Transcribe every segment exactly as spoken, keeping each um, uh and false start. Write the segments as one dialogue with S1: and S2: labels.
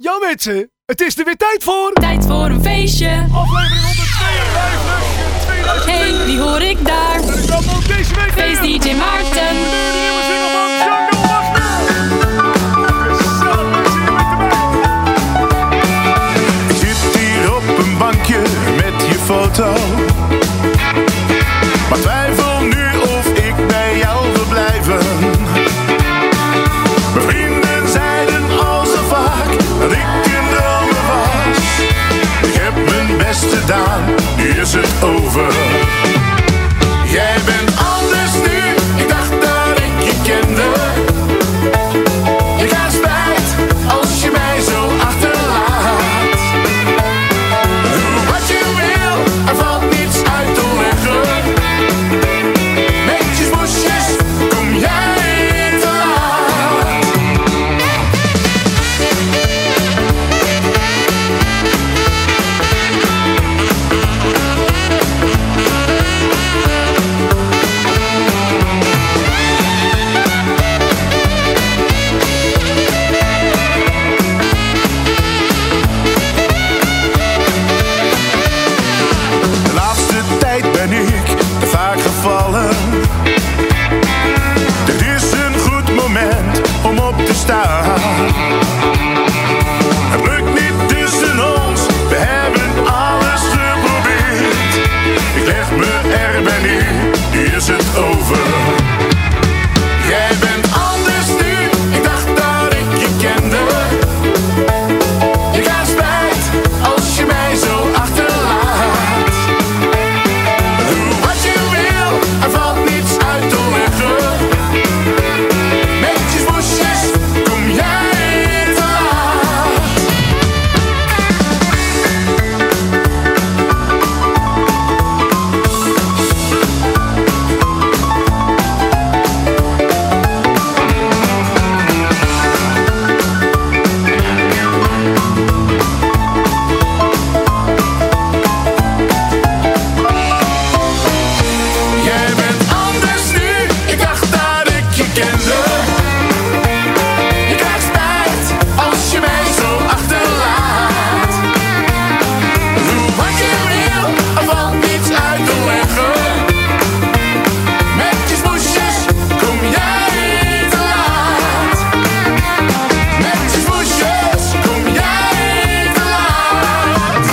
S1: Ja mensen, het is er weer tijd voor.
S2: Tijd voor een feestje.
S1: Aflevering honderdtweeënvijftig, tweeduizend twintig.
S2: Hey, wie hoor ik daar?
S1: En ik kan ook deze week
S2: Feest D J Maarten.
S1: de nieuwe single van Django Wagner. Gezellig mensen, je bent erbij.
S3: Ik zit hier op een bankje met je foto, maar twijfel nu of ik bij jou wil blijven. Mijn vrienden zeiden al zo vaak dat ik een dromer was. Ik heb mijn best gedaan, nu is het over. Jij bent anders nu, ik dacht dat ik je kende. Je krijgt spijt als je mij zo achterlaat. Doe wat je wil, er valt niets uit te leggen. Met je smoesjes kom jij te laat. De laatste tijd ben ik te vaak gevallen. Dit is een goed moment om op te staan. Het lukt niet tussen ons, we hebben alles geprobeerd. Ik leg me erbij neer, nu is het over. Jij bent anders nu, ik dacht dat ik je kende. Je krijgt spijt als je mij zo achterlaat. Doe wat je wil, er valt niets uit te leggen. Met je smoesjes kom jij te laat. Jij bent anders nu, ik dacht dat ik je kende. Je krijgt spijt als je mij zo achterlaat. Doe wat je wil, er valt niets uit te leggen. Met je smoesjes kom jij te laat. Met je smoesjes kom jij te laat.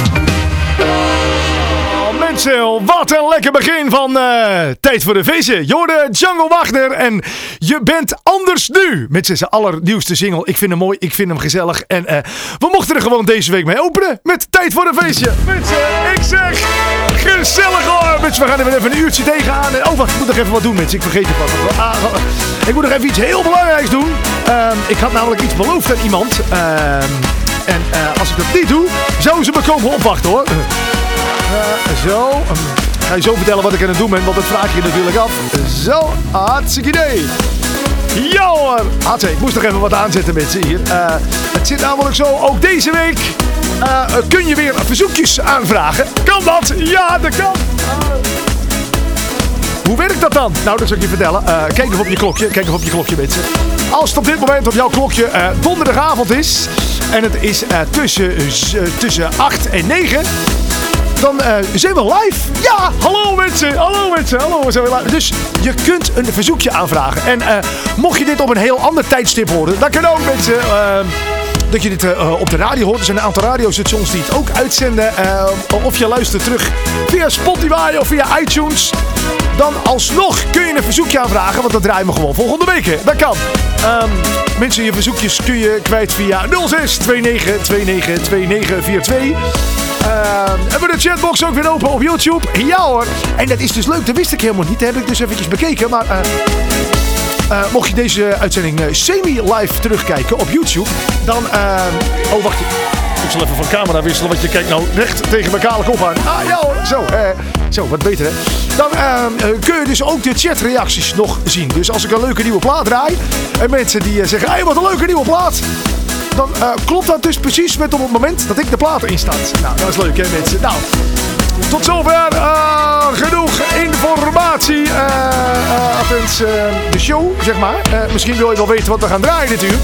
S1: Oh, mensen, wat een lekker begin van eh, Tijd voor de Feestje. Je hoorde Django Wagner en Je bent anders nu. Met zijn allernieuwste single. Ik vind hem mooi, ik vind hem gezellig. En eh, we mochten er gewoon deze week mee openen met Tijd voor een Feestje. Mensen, ik zeg gezellig hoor. Mensen, we gaan er weer even een uurtje tegenaan. En, oh, wacht, ik moet nog even wat doen, mensen. Ik vergeet het wat. Ah, ik moet nog even iets heel belangrijks doen. Uh, ik had namelijk iets beloofd aan iemand. Uh, en uh, als ik dat niet doe, zouden ze me komen opwachten hoor. Uh, zo. Um, ga je zo vertellen wat ik aan het doen ben, want dat vraag je natuurlijk af. Zo, hartstikke idee. Ja hoor. Hartstikke, ik moest nog even wat aanzetten mensen hier. Uh, het zit namelijk zo, ook deze week uh, kun je weer verzoekjes aanvragen. Kan dat? Ja, dat kan. Uh, Hoe werkt dat dan? Nou, dat zal ik je vertellen. Uh, kijk even op je klokje. Kijk even op je klokje, mensen. Als het op dit moment op jouw klokje uh, donderdagavond is en het is uh, tussen, uh, tussen acht en negen... Dan uh, zijn we live. Ja, hallo mensen. Hallo mensen. Hallo, we zijn weer live. Dus je kunt een verzoekje aanvragen. En uh, mocht je dit op een heel ander tijdstip horen, dan kan ook mensen uh, dat je dit uh, op de radio hoort. Er zijn een aantal radiostations die het ook uitzenden. Uh, of je luistert terug via Spotify of via iTunes. Dan alsnog kun je een verzoekje aanvragen, want dat draaien we gewoon volgende week. Dat kan. Um, mensen, je verzoekjes kun je kwijt via nul zes twee negen twee negen twee negen vier twee. Uh, hebben we de chatbox ook weer open op YouTube? Ja hoor. En dat is dus leuk, dat wist ik helemaal niet. Dat heb ik dus eventjes bekeken. Maar uh, uh, mocht je deze uitzending uh, semi-live terugkijken op YouTube, dan... Uh, oh, wacht. Ik zal even van camera wisselen, want je kijkt nou recht tegen mijn kale kop aan. Ah, ja hoor. Zo, uh, zo wat beter hè. Dan uh, kun je dus ook de chatreacties nog zien. Dus als ik een leuke nieuwe plaat draai en mensen die uh, zeggen, hé, hey, wat een leuke nieuwe plaat. Dan uh, klopt dat dus precies met op het moment dat ik de plaat instart. Nou, dat is leuk hè mensen. Nou, tot zover. Uh, genoeg informatie. Uh, uh, Attens uh, de show, zeg maar. Uh, misschien wil je wel weten wat we gaan draaien dit uur.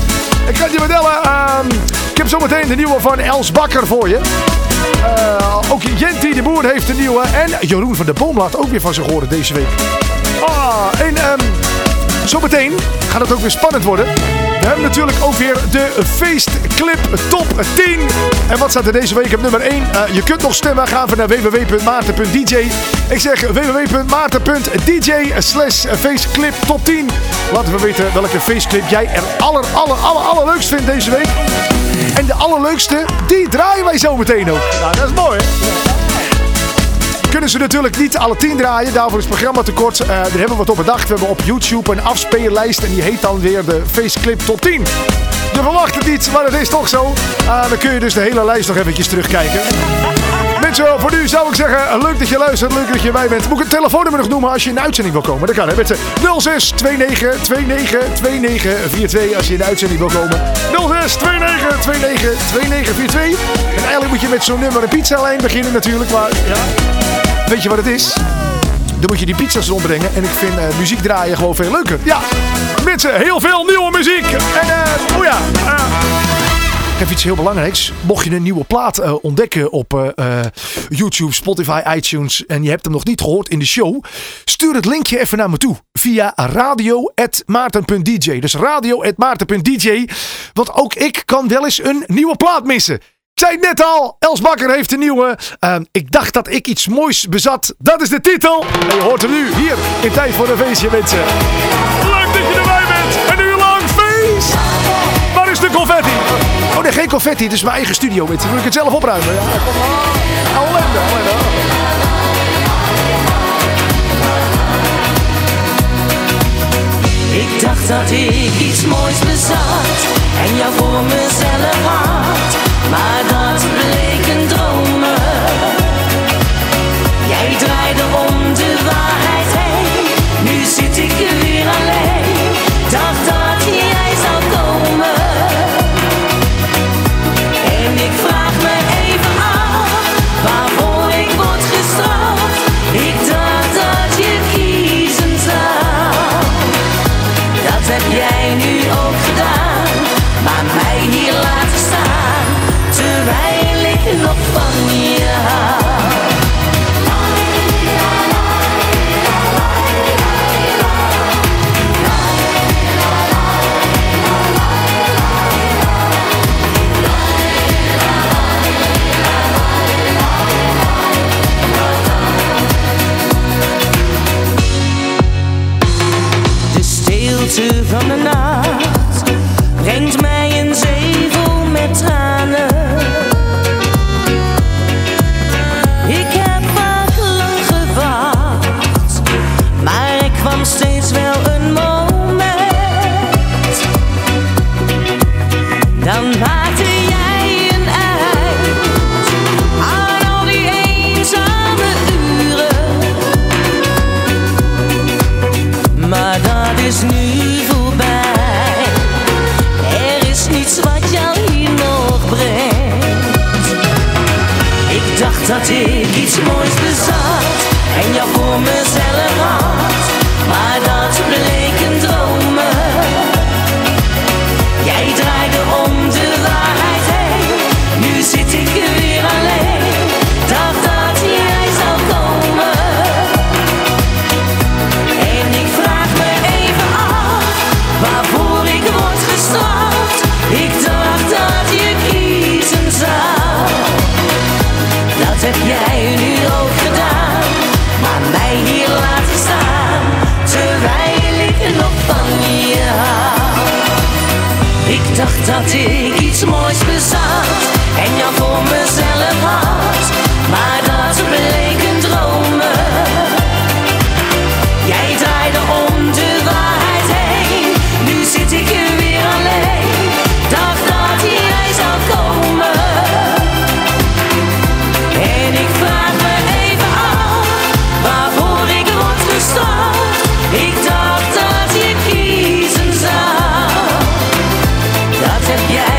S1: Ik ga het je vertellen. Uh, ik heb zometeen de nieuwe van Els Bakker voor je. Uh, ook Jenty de Boer heeft een nieuwe. En Jeroen van der Boom laat ook weer van zich horen deze week. Ah, en um, zometeen gaat het ook weer spannend worden. We hebben natuurlijk ook weer de feestclip top tien. En wat staat er deze week op nummer één? Uh, je kunt nog stemmen. Ga even naar w w w punt maarten punt d j. Ik zeg w w w punt maarten punt d j slash feestclip top tien. Laten we weten welke feestclip jij er aller, aller, aller, allerleukst vindt deze week. En de allerleukste, die draaien wij zo meteen ook. Nou, dat is mooi, hè? Kunnen ze natuurlijk niet alle tien draaien. Daarvoor is het programma tekort. Uh, daar hebben we wat op bedacht. We hebben op YouTube een afspeellijst. En die heet dan weer de Faceclip Top tien. Je verwacht het niet, maar het is toch zo. Uh, dan kun je dus de hele lijst nog eventjes terugkijken. Mensen, voor nu zou ik zeggen, leuk dat je luistert. Leuk dat je bij bent. Moet ik het telefoonnummer nog noemen als je in de uitzending wil komen? Dat kan, hè. Met nul zes twee negen twee negen twee negen vier twee als je in de uitzending wil komen. nul zes twee negen twee negen twee negen vier twee. En eigenlijk moet je met zo'n nummer een pizzalijn beginnen natuurlijk. Maar ja... Weet je wat het is? Dan moet je die pizza's rondbrengen. En ik vind uh, muziek draaien gewoon veel leuker. Ja, mensen, heel veel nieuwe muziek. En uh, oh ja, uh, ik heb iets heel belangrijks. Mocht je een nieuwe plaat uh, ontdekken op uh, uh, YouTube, Spotify, iTunes... en je hebt hem nog niet gehoord in de show... stuur het linkje even naar me toe. Via radio at maarten punt d j. Dus radio at maarten punt d j. Want ook ik kan wel eens een nieuwe plaat missen. Ik zei het net al, Els Bakker heeft een nieuwe. Uh, ik dacht dat ik iets moois bezat. Dat is de titel. En je hoort hem nu hier in Tijd voor een Feestje, mensen. Leuk dat je erbij bent. Een uur lang feest. Waar is de confetti? Oh nee, geen confetti. Het is mijn eigen studio, mensen. Moet ik het zelf opruimen? Ja, kom maar. Ellende, ellende.
S4: Ik dacht dat ik iets moois bezat en jou voor mezelf had, maar dat bleek een dromen. Jij draaide om de waarheid heen, nu zit ik weer alleen. Dacht dat jij zou komen en ik vraag me even af waarvoor ik word gestraft. Ik dacht dat je kiezen zou. Dat heb jij nu ook gedaan, maar mij hier laten staan, terwijl ik nog van je hou. De stilte van de nacht brengt mij een zee vol met tranen. Ik heb vaak lang gewacht, maar er kwam steeds wel een moment. Dan maakte jij een eind aan al die eenzame uren. Maar dat is nu voorbij. Er is niets wat jou hier nog brengt. Ik dacht dat ik iets moois bezat en jou voor mezelf had, maar dat bleek een dromen. Jij draaide om de waarheid heen, nu zit ik weer alleen. Dacht dat jij zou komen en ik vraag me even af waarvoor ik word gestraft. Ik dacht dat je kiezen zou. Dat heb jij nu ook gedaan, maar mij hier laten staan, terwijl ik nog van je hou. Ik dacht dat ik iets moois bezat en jou voor mezelf had, maar dat bleek een dromen. Jij draaide om de waarheid heen, nu zit ik weer alleen. Dacht dat jij zou komen en ik vraag me even af waarvoor ik word gestraft. Ik dacht dat je kiezen zou. Dat heb jij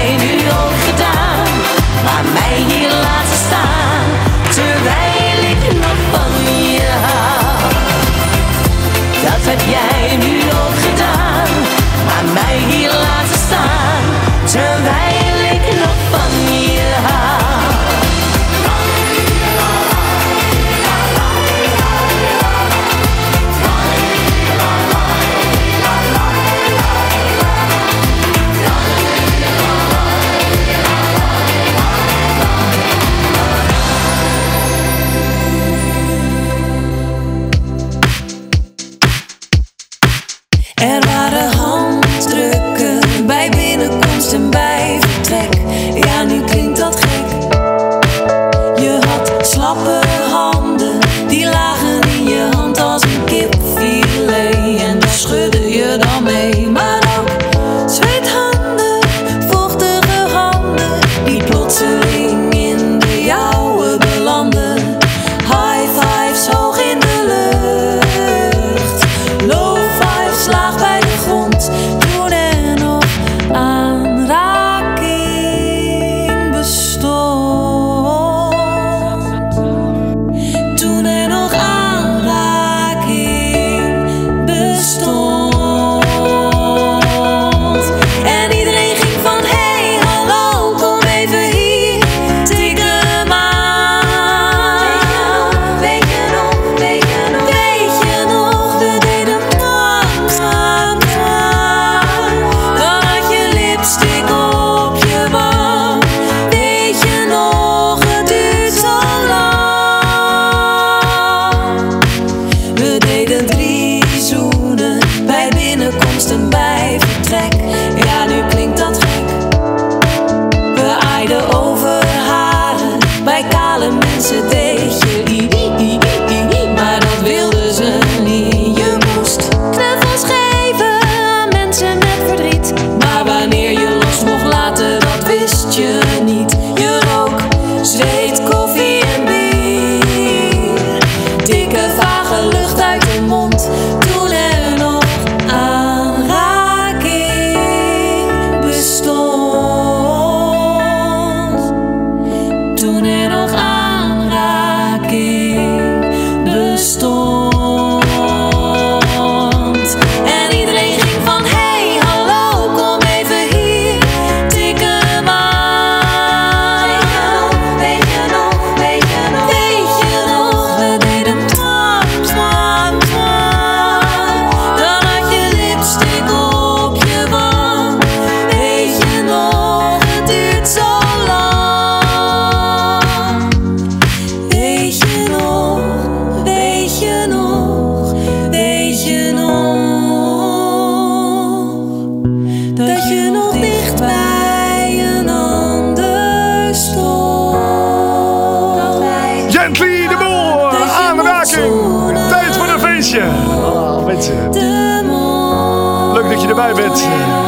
S1: Bentley de Boel. Aanraking. Tijd voor een feestje. Oh, mensen. Leuk dat je erbij bent.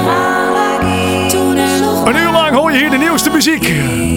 S1: Een uur lang hoor je hier de nieuwste muziek.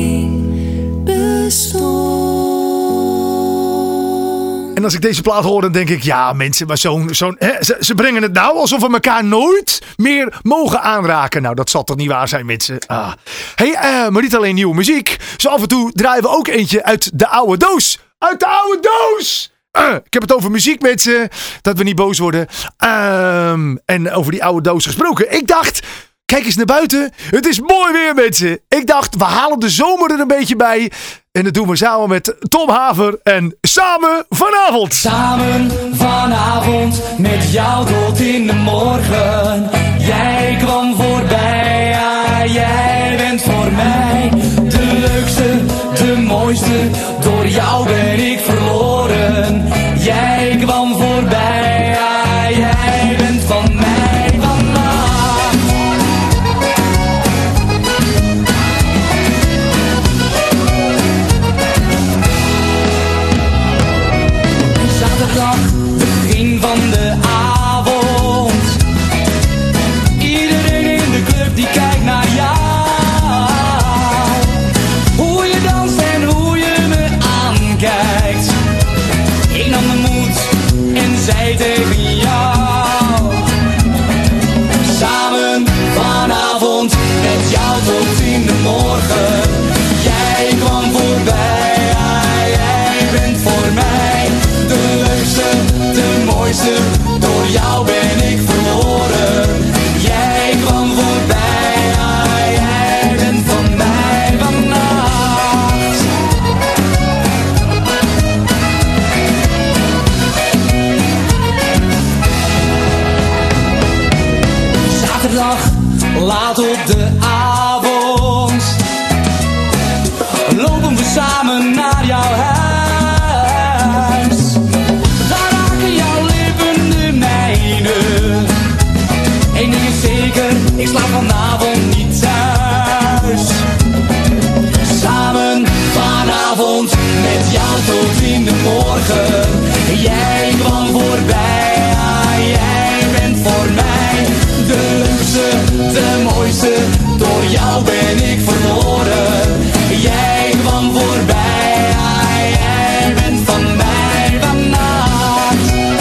S1: En als ik deze plaat hoor, dan denk ik... Ja, mensen, maar zo'n... zo'n ze, ze brengen het nou alsof we elkaar nooit meer mogen aanraken. Nou, dat zal toch niet waar zijn, mensen. Ah. Hey, uh, maar niet alleen nieuwe muziek. Zo af en toe draaien we ook eentje uit de oude doos. Uit de oude doos! Uh, ik heb het over muziek, mensen. Dat we niet boos worden. Um, en over die oude doos gesproken. Ik dacht... Kijk eens naar buiten. Het is mooi weer, mensen. Ik dacht, we halen de zomer er een beetje bij. En dat doen we samen met Tom Haver en Samen Vanavond.
S5: Samen vanavond met jou tot in de morgen. Jij kwam voorbij, ja, jij bent voor mij de leukste, de mooiste. Door jou ben ik verloren. Jij kwam voorbij, ja, jij bent van mij. Begin van de avond. Iedereen in de club die kijkt naar jou. Hoe je danst en hoe je me aankijkt. Ik nam de moed en zei tegen jou. Samen vanavond met jou tot in de morgen. Jij kwam voorbij, ja, jij bent voor mij de leukste, de mooiste. Door jou ben ik verloren. Jij kwam voorbij, ja, jij bent van mij vannacht. Zaterdag, laat op de avond, lopen we samen naar jouw huis. Eén ding is zeker, ik slaap vanavond niet thuis. Samen vanavond met jou tot in de morgen. Jij kwam voorbij, ja, jij bent voor mij de leukste, de mooiste. Door jou ben ik verloren. Jij kwam voorbij, ja, jij bent van mij vannacht.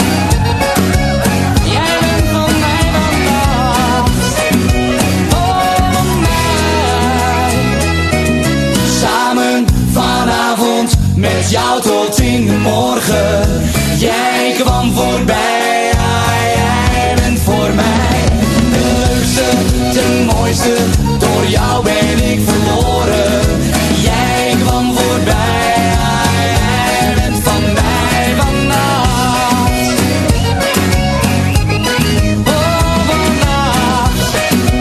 S5: Jij bent van mij vannacht. Oh, van mij. Samen vanavond met jou tot in de morgen. Jij kwam voorbij, ja, jij bent voor mij de leukste, de mooiste. Door jou ben ik verloren. Jij kwam voorbij, ja, jij bent van mij vannacht. Oh, vannacht.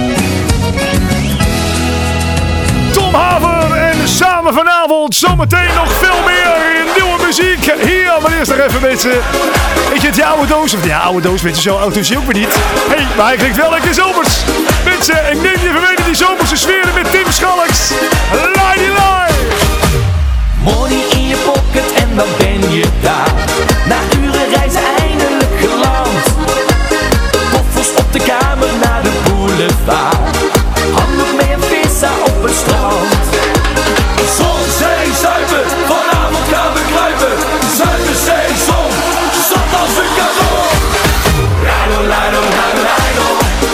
S1: Tom Haver en Samen Vanavond. Zometeen nog veel meer nieuwe muziek. Hier, maar eerst nog even mensen. Weet je het, die oude doos? Of die oude doos, mensen, zo oud is hij ook weer niet. Hé, hey, maar hij klinkt wel lekker zomers. Mensen, ik neem je even mee in die zomerse sferen met Tim Schalks. Lady Lie.
S6: Money in je pocket en dan ben je daar. Na uren reizen eindelijk geland. Koffers op de kamer naar de boulevard. Handdoek mee en vissa op het strand. Zon, zee, zuipen, vanavond gaan we kruipen. Zuipen, zee, zon, zat als een cadeau. Lado, lado, lado, lado.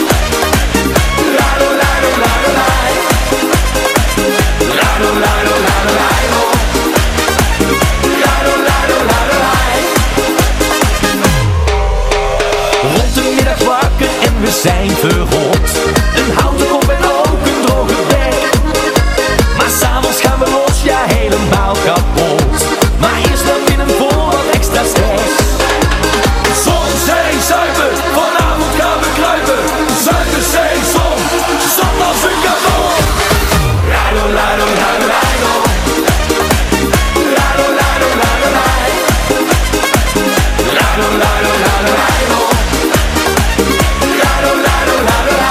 S6: Lado, lado, lado, lado. Lado, lado, lado, lado. Lado, lado, lado, lado. Rond de middag wakker en we zijn verrot. Een houten kop en ook een droge bek. Maar s'avonds gaan we los, ja, helemaal kapot. Maar eerst naar binnen voor wat extra stress. Zon, zee, zuipen, vanavond gaan we kruipen. Zuipen, zee, zon, zat als een cadeau. Lado, lado, lado, lado. Lado, lado, lado, lado. Lado, lado, lado, lado. Lado, lado, lado, lado.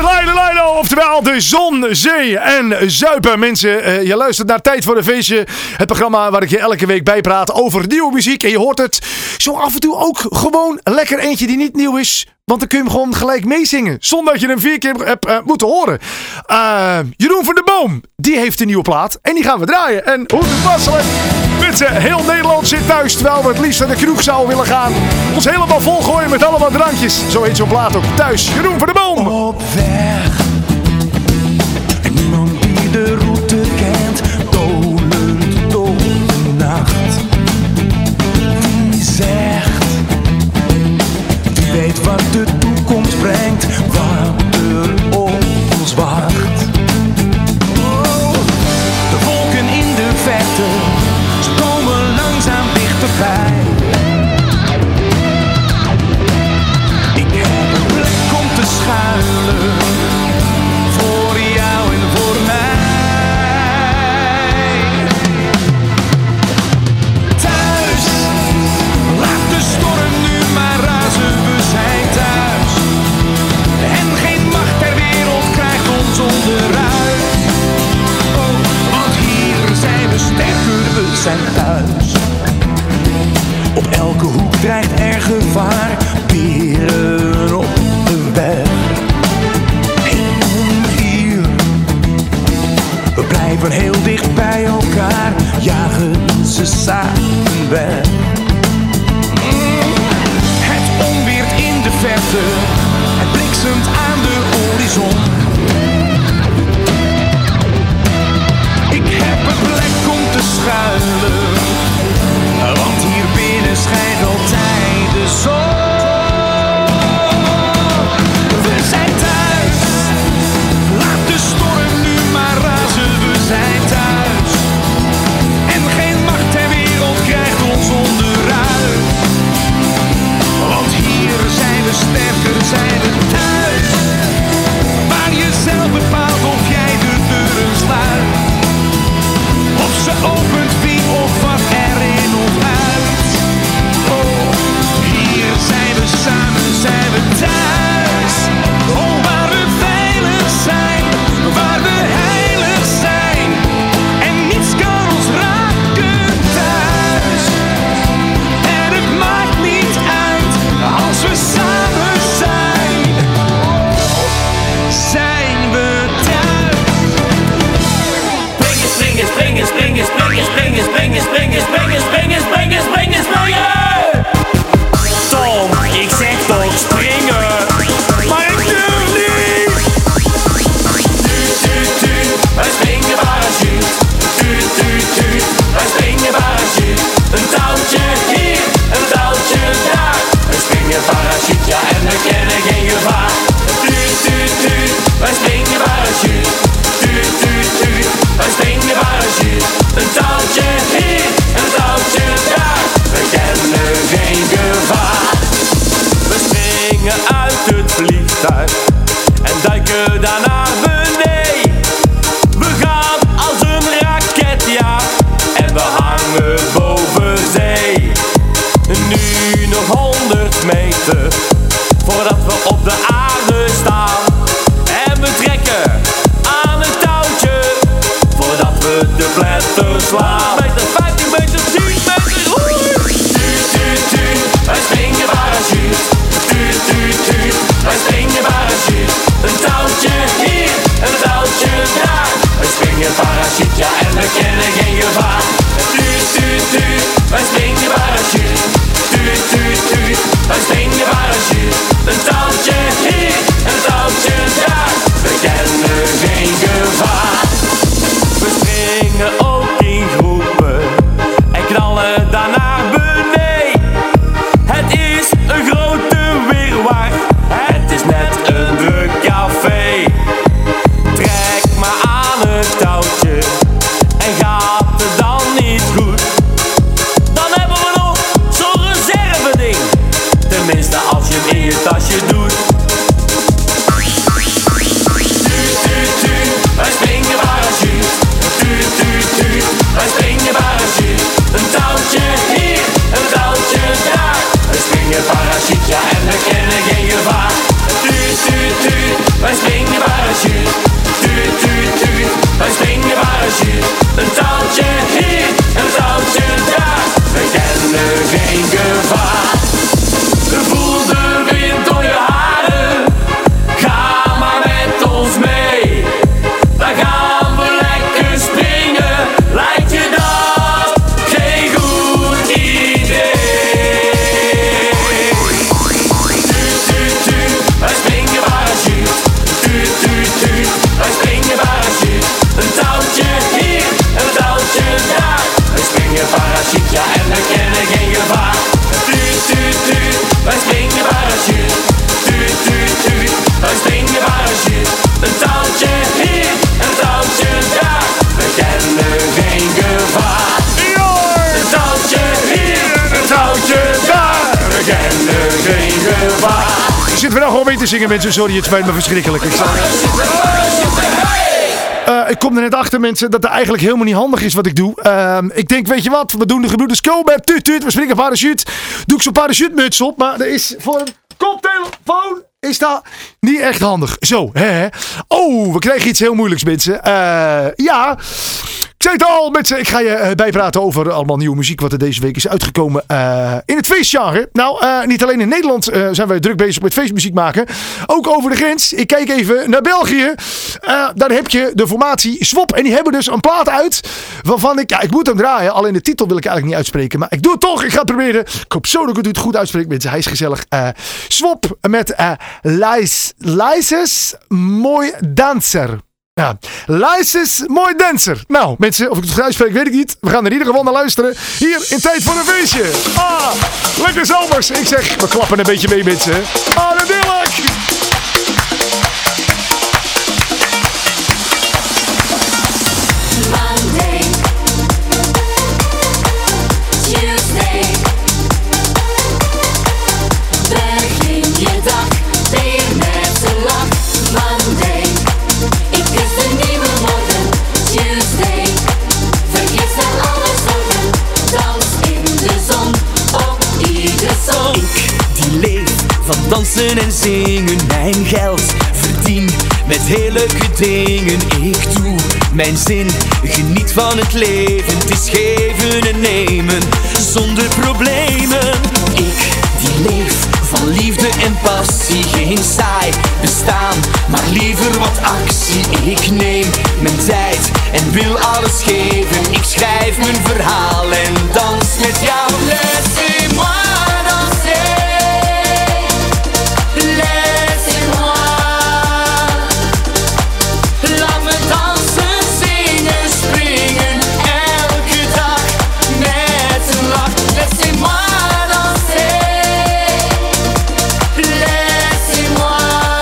S1: Leiden, Leiden, oftewel de zon, zee en zuipen. Mensen, uh, je luistert naar Tijd voor een Feestje. Het programma waar ik je elke week bijpraat over nieuwe muziek. En je hoort het zo af en toe ook gewoon lekker eentje die niet nieuw is. Want dan kun je hem gewoon gelijk meezingen. Zonder dat je hem vier keer hebt uh, moeten horen. Uh, Jeroen van der Boom, die heeft een nieuwe plaat. En die gaan we draaien. En hoe toepasselijk. Mensen, heel Nederland zit thuis. Terwijl we het liefst naar de kroeg zouden willen gaan. Ons helemaal volgooien met allemaal drankjes. Zo heet zo'n plaat ook. Thuis, Jeroen van der Boom.
S6: Op weg. En niemand die de route kent. Dolend door de nacht. Die zegt. Wie weet wat de toekomst brengt. Wat er op ons wacht. Oh, de wolken in de verte. Ze komen langzaam dichterbij. Ik heb een plek om te schuilen. Voor jou en voor mij. Thuis, laat de storm nu maar razen. We zijn thuis. En geen macht ter wereld krijgt ons onderuit. Oh, want hier zijn we sterker, we zijn thuis. Op elke hoek dreigt er gevaar. Beren op de weg. En hier, we blijven heel dicht bij elkaar. Jagen ze samen weg. Het onweert in de verte. Het bliksemt aan de horizon. Ik heb een plek om te schuilen. Want hier binnen schijnt altijd de zon. We zijn thuis. Laat de storm nu maar razen. We zijn thuis. En geen macht ter wereld krijgt ons onderuit. Want hier zijn we sterker, zijn we thuis. Waar je zelf bepaalt of jij de deuren sluit. Of ze opent wie of wat erin of uit. Oh, hier zijn we samen, zijn we thuis. Oh, waar we veilig zijn, waar we heilig zijn. En niets kan ons raken thuis. En het maakt niet uit, als we samen zijn, zijn we thuis.
S5: Springen, springen, springen, springen, springen, springen, springen, springen, springen, springen, springen, springen. Tom, ik zeg toch springen, maar ik durf niet. Tuut, tuut, tuut, wij springen parachute. Tuut, tuut, tuut, wij springen parachute. Een touwtje hier, een touwtje daar. We springen parachute, ja, en we kennen geen gevaar. Tuut, tuut, tuut, wij springen parachute. Tuut, tuut, tuut, wij springen parachute. Een touwtje hier, een touwtje daar. We kennen geen gevaar. We springen uit het vliegtuig en duiken daar naar beneden. We gaan als een raket, ja, en we hangen boven zee. Nu nog honderd meter voordat we op de aarde staan. En we trekken aan het touwtje voordat we de pletter slaan. Meter, vijftien meter, tien meter, oei! Tuut, tuut, tuut, wij springen parachute. Tuut, tuut, tuut, wij springen parachute. Een touwtje hier,
S1: Je zit er nou gewoon mee te zingen, mensen. Sorry, het spijt me verschrikkelijk. Ik, zal... uh, ik kom er net achter, mensen, dat het eigenlijk helemaal niet handig is wat ik doe. Uh, ik denk, weet je wat? We doen de gebroeders Koolberg. Tuut, tuut. We springen parachute. Doe ik zo'n parachutemuts op. Maar er is voor een koptelefoon... Is dat niet echt handig. Zo, hè, hè. Oh, we krijgen iets heel moeilijks, mensen. Uh, ja... Ik zei het al, mensen, ik ga je uh, bijpraten over allemaal nieuwe muziek wat er deze week is uitgekomen uh, in het feestgenre. Nou, uh, niet alleen in Nederland uh, zijn wij druk bezig met feestmuziek maken. Ook over de grens. Ik kijk even naar België. Uh, daar heb je de formatie Swop. En die hebben dus een plaat uit waarvan ik... Ja, ik moet hem draaien. Alleen de titel wil ik eigenlijk niet uitspreken. Maar ik doe het toch. Ik ga het proberen. Ik hoop zo dat ik het goed uitspreek, mensen. Hij is gezellig. Uh, Swop met uh, Lies, Lies Mooi Danser. Ja, Lies Mooi Dancer. Nou, mensen, of ik het goed uitspreek, weet ik niet. We gaan er in ieder geval naar luisteren. Hier in Tijd voor een Feestje. Ah, lekker zomers. Ik zeg, we klappen een beetje mee, mensen. Ah, natuurlijk.
S4: Monday, Tuesday, begin je dag weer met een lach. Monday. Tuesday, vergeet snel alle zorgen, dans in de zon, op iedere zon.
S6: Ik die leef van dansen en zingen, mijn geld verdien met heel leuke dingen. Ik doe mijn zin, geniet van het leven, het is geven en nemen, zonder problemen. Ik die leef van liefde en passie, geen saai bestaan, maar liever wat actie. Ik neem mijn tijd en wil alles geven. Ik schrijf mijn verhaal en dans met jou. Laissez-moi danser, laissez-moi. Laat me dansen, zingen, springen, elke dag met een lach. Laissez-moi danser, laissez-moi.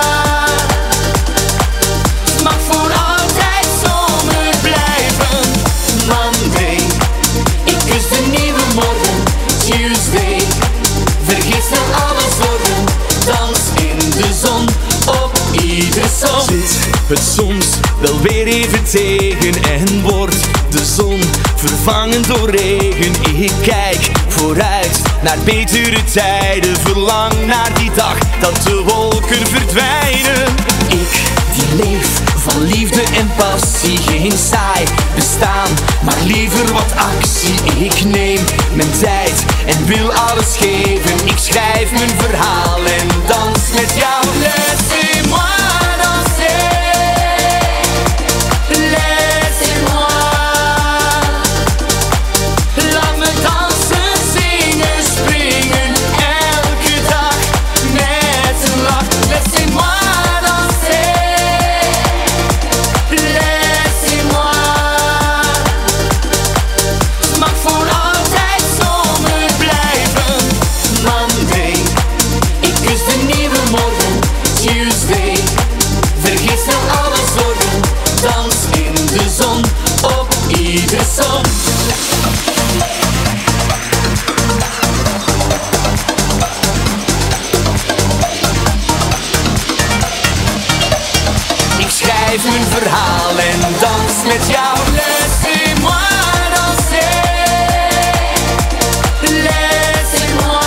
S6: Het mag voor altijd zomer blijven. Monday, ik kus de nieuwe morgen. Tuesday, vergeet snel alle zorgen. Dans in de zon, op iedere zon. Zit het soms wel weer even tegen en wordt de zon vervangen door regen. Ik kijk vooruit naar betere tijden, verlang naar die dag dat de wolken verdwijnen. Ik die leef van liefde en passie, geen saai bestaan, maar liever wat actie. Ik neem mijn tijd en wil alles geven. Ik schrijf mijn verhaal en dans met jou. Laissez-moi danser, laissez-moi. Laat me dansen, zingen, springen, elke dag met een lach. Laissez-moi danser, laissez-moi. Het mag voor altijd zomer blijven. Monday, ik kus de nieuwe morgen. Tuesday, vergeet snel alle zorgen. Dans in de zon, op iedere zon. Ik schrijf mijn verhaal en dans met jou. Laissez-moi danser, laissez-moi.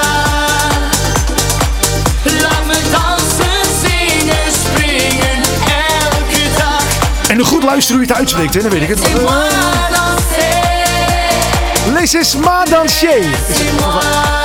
S6: Laat me dansen, zingen, springen, elke dag.
S1: En nog goed luisteren hoe je het uitspreekt, hè? Dan weet ik het.
S4: Laissez-moi danser,
S1: Laissez-moi danser.
S4: laissez-moi.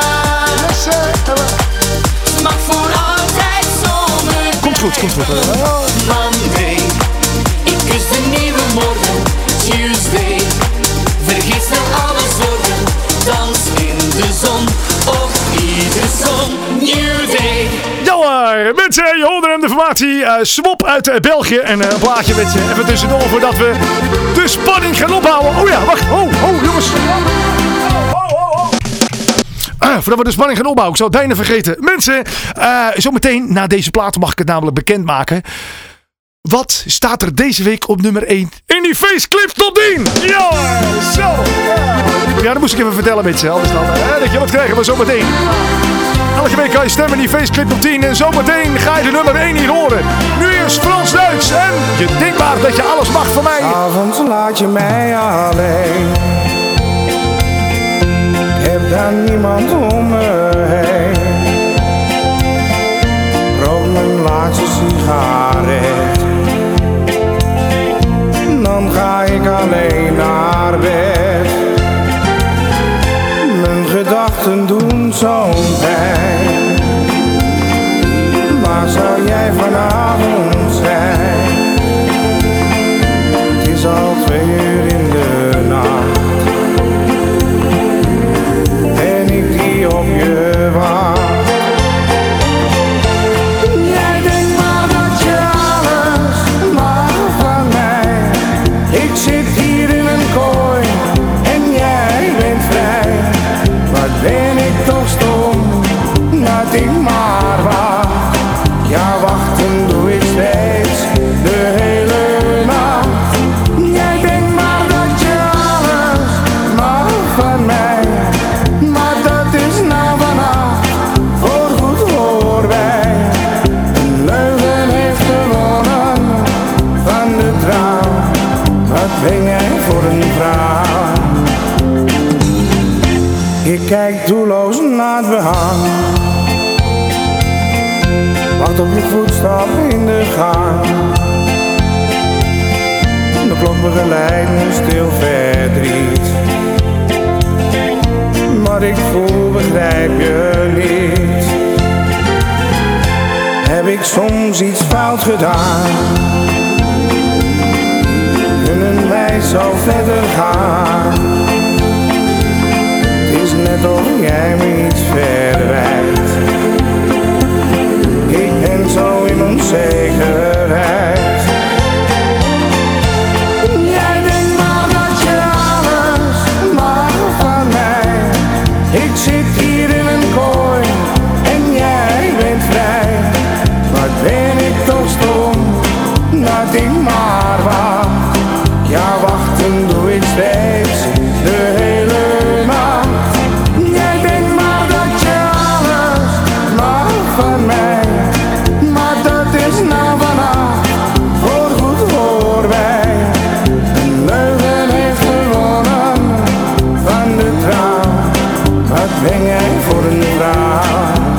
S4: Het mag voor altijd zomer
S1: Komt goed, komt goed.
S4: Monday, ik kus de nieuwe morgen. Tuesday, vergeet snel alle zorgen. Dans in de zon, op iedere zon. New day.
S1: Ja hoor, mensen, je hoorde hem de formatie uh, Swop uit uh, België. En uh, een plaatje met je even tussendoor voordat we de spanning gaan ophouden. Oh ja, wacht. Oh, oh jongens. Oh, oh, oh, oh. Uh, voordat we de spanning gaan opbouwen, ik zou het bijna vergeten. Mensen, uh, zometeen na deze plaat mag ik het namelijk bekendmaken. Wat staat er deze week op nummer één in die faceclip top tien? Ja, zo. Ja, dat moest ik even vertellen, mensen. Anders dan, uh, dat je wat krijgen, maar zometeen. Elke week kan je stemmen in die feestclip op tien. En zometeen ga je de nummer één hier horen. Nu is Frans Duits. En je denkt maar dat je alles mag van mij.
S7: S'avonds laat je mij alleen. Ik heb daar niemand om me heen. Rook mijn laatste sigaret. Dan ga ik alleen naar bed. Mijn gedachten doen zo'n pijn. Waar zou jij vanavond zijn? Het is al twee uur in de nacht. En ik die op je wacht. Jij denkt maar dat je alles mag van mij. Ik zit hier in een kooi en jij bent vrij. Wat ben ik toch stom dat ik maar wacht. Ja, wachten doe ik steeds de hele nacht. Jij denkt maar dat je alles mag van mij. Maar dat is nou vannacht voorgoed voorbij. Een leugen heeft gewonnen van de trouw. Wat ben jij voor een vrouw? Ik kijk doelloos naar het behang. Wacht op je voetstap in de gang. De klok begeleidt me stil verdriet. Wat ik voel begrijp je niet. Heb ik soms iets fout gedaan? Kunnen wij zo verder gaan? Het is net of jij me iets verwijt. Ik ben zo in onzekerheid. Jij denkt maar dat je alles mag van mij. Ik zit hier in een kooi en jij bent vrij. Wat ben ik toch stom dat ik maar wacht. Ja, wachten doe ik steeds de hele nacht. Jij denkt maar dat je alles mag van mij. Maar dat is nou vannacht voorgoed voorbij. Een leugen heeft gewonnen van de trouw. Wat ben jij voor een vrouw?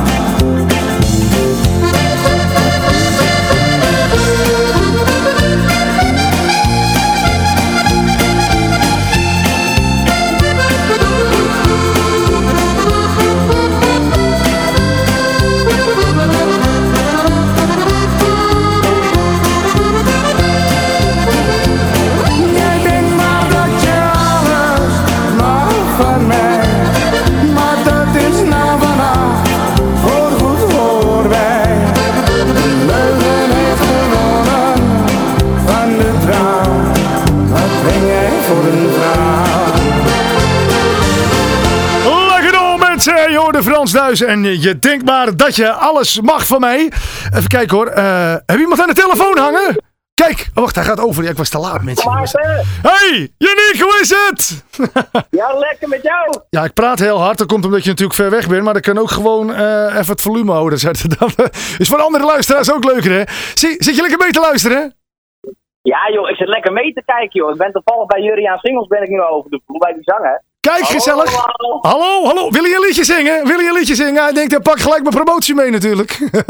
S1: Frans Duits en je denkt maar dat je alles mag van mij. Even kijken hoor. Uh, heb je iemand aan de telefoon hangen? Kijk, oh, wacht, hij gaat over. Ja, ik was te laat, mensen. Hey, Yannick, hoe is het?
S8: Ja, lekker met jou.
S1: Ja, ik praat heel hard. Dat komt omdat je natuurlijk ver weg bent. Maar dat kan ook gewoon uh, even het volume houden. Dat is voor andere luisteraars ook leuker, hè? Zit, zit je lekker mee te luisteren?
S8: Ja, joh, ik zit lekker mee te kijken, joh. Ik ben toevallig bij Juriaan Singels ben ik nu over de vloer bij die zanger.
S1: Kijk,
S8: hallo,
S1: gezellig.
S8: Hallo.
S1: hallo, hallo. Wil je een liedje zingen? Wil je een liedje zingen? Hij denkt, hij pak gelijk mijn promotie mee natuurlijk.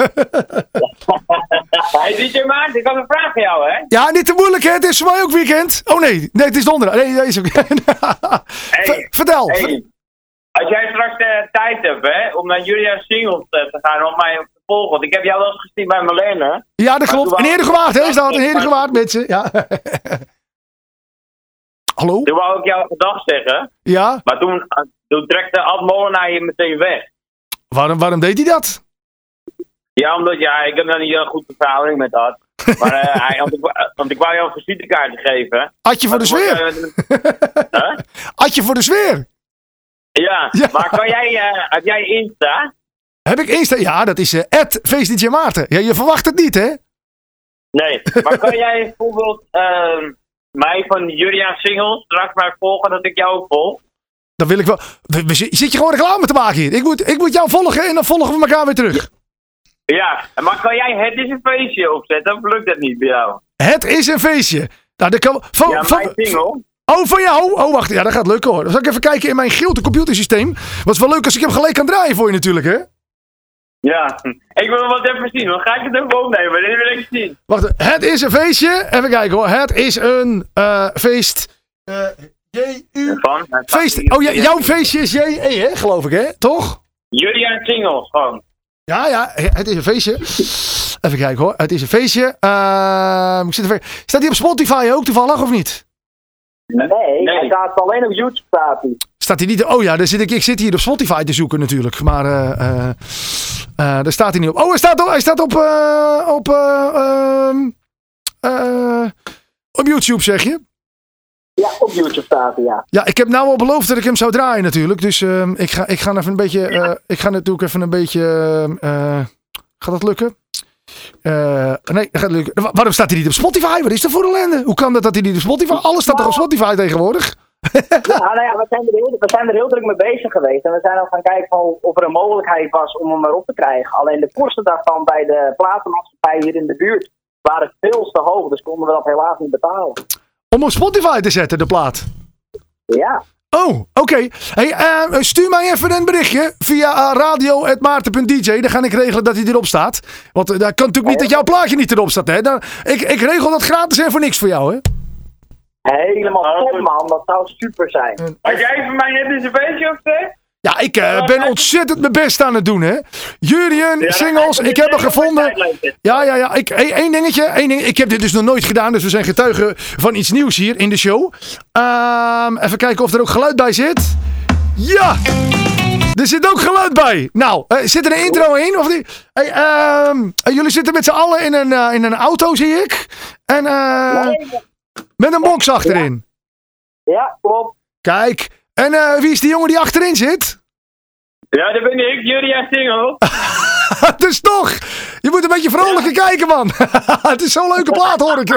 S8: Hey, D J Maarten, ik had een vraag voor jou, hè?
S1: Ja, niet te moeilijk, hè? Het is voor mij ook weekend. Oh nee, nee, het is donderdag. Nee, nee, is ook...
S8: hey,
S1: Vertel.
S8: Hey. Als jij straks de tijd hebt, hè, om naar Juriaan Singels te gaan, om mij te volgen. Want ik heb jou wel eens gezien bij Marlene.
S1: Ja, dat klopt. Een Heerdegewaard, hè? Is dat een Heerdegewaard, mensen? Ja. Hallo?
S8: Toen wou ik jou gedag zeggen.
S1: Ja?
S8: Maar toen, toen trekte Ad Molenaar je meteen weg.
S1: Waarom, waarom deed hij dat?
S8: Ja, omdat ja, ik heb dan niet een goede verhouding met Ad. Maar uh, hij, want, ik, want ik wou jou een visitekaart geven.
S1: Adje voor de sfeer?
S8: Huh?
S1: Adje voor de sfeer?
S8: Ja, ja, maar kan jij, uh, heb jij Insta?
S1: Heb ik Insta? Ja, dat is at uh, feest D J Maarten. Ja, je verwacht het niet, hè?
S8: Nee, maar kan jij bijvoorbeeld uh, mij van Juriaan Singels straks maar volgen dat ik jou ook volg?
S1: Dan wil ik wel... we- we- Zit je gewoon reclame te maken hier? Ik moet, ik moet jou volgen en dan volgen we elkaar weer terug.
S8: Ja, maar kan jij het is een feestje opzetten? Of lukt dat niet bij jou?
S1: Het is een feestje. Nou, dat kan... Van,
S8: Ja,
S1: van-
S8: mijn single.
S1: Oh, van jou? Oh, wacht. Ja, dat gaat lukken hoor. Dan zal ik even kijken in mijn grote computersysteem. Wat is wel leuk als ik hem gelijk kan draaien voor je natuurlijk, hè?
S8: Ja, ik wil wat even zien. Dan ga ik het even opnemen. Dit wil ik zien.
S1: Wacht, het is een feestje. Even kijken hoor. Het is een uh, feest. Uh, J-U...
S8: Van?
S1: Feest. Oh, ja, jouw feestje is J-E, hè? Geloof ik, hè? Toch?
S8: Julian Singles, gewoon.
S1: Ja, ja. Het is een feestje. Even kijken hoor. Het is een feestje. Uh, ik zit even... Staat die op Spotify ook toevallig, of niet?
S9: Nee,
S8: Nee.
S9: hij staat alleen op YouTube staat hij.
S1: Staat hij niet... Oh ja, dan zit ik, ik zit hier op Spotify te zoeken natuurlijk. Maar uh, uh, uh, daar staat hij niet op. Oh, hij staat op... Hij staat op... Uh, op, uh, um, uh, op YouTube, zeg je?
S9: Ja, op YouTube staat hij, ja.
S1: Ja, ik heb nou al beloofd dat ik hem zou draaien natuurlijk. Dus uh, ik, ga, ik ga even een beetje... Uh, ik ga natuurlijk even een beetje... Uh, gaat dat lukken? Uh, nee, dat gaat lukken. Wa- waarom staat hij niet op Spotify? Wat is dat voor ellende? Hoe kan dat dat hij niet op Spotify... Alles staat toch op Spotify tegenwoordig?
S9: Ja, nou ja, we zijn, er heel, we zijn er heel druk mee bezig geweest. En we zijn al gaan kijken van of er een mogelijkheid was om hem erop te krijgen. Alleen de kosten daarvan bij de platenmaatschappij hier in de buurt waren veel te hoog. Dus konden we dat helaas niet betalen.
S1: Om op Spotify te zetten, de plaat.
S9: Ja.
S1: Oh, oké. Okay. Hey, uh, stuur mij even een berichtje via uh, radio at maarten punt d j. Dan ga ik regelen dat hij erop staat. Want uh, dat kan natuurlijk niet dat jouw plaatje niet erop staat. Hè? Dan, ik, ik regel dat gratis en voor niks voor jou, hè?
S9: Helemaal top, man. Dat zou super zijn.
S8: Als jij voor mij net eens een beetje opzet?
S1: Ja, ik uh, ben ontzettend mijn best aan het doen, hè. Julian,
S8: Ja,
S1: singles,
S8: dan-
S1: ik heb hem
S8: dan-
S1: gevonden.
S8: dan-
S1: Ja, ja, ja. Ik, één dingetje, één ding. Ik heb dit dus nog nooit gedaan, dus we zijn getuigen van iets nieuws hier in de show. Um, even kijken of er ook geluid bij zit. Ja! Er zit ook geluid bij. Nou, uh, zit er een intro in? Of niet? Hey, um, jullie zitten met z'n allen in een, uh, in een auto, zie ik. En uh,
S9: Nee,
S1: met een box achterin.
S9: ja, klopt.
S1: Kijk. En uh, wie is die jongen die achterin zit?
S8: Ja, dat ben ik, Julian Singles.
S1: Dus toch, je moet een beetje vrolijker kijken, man. Het is zo'n leuke plaat, hoor ik.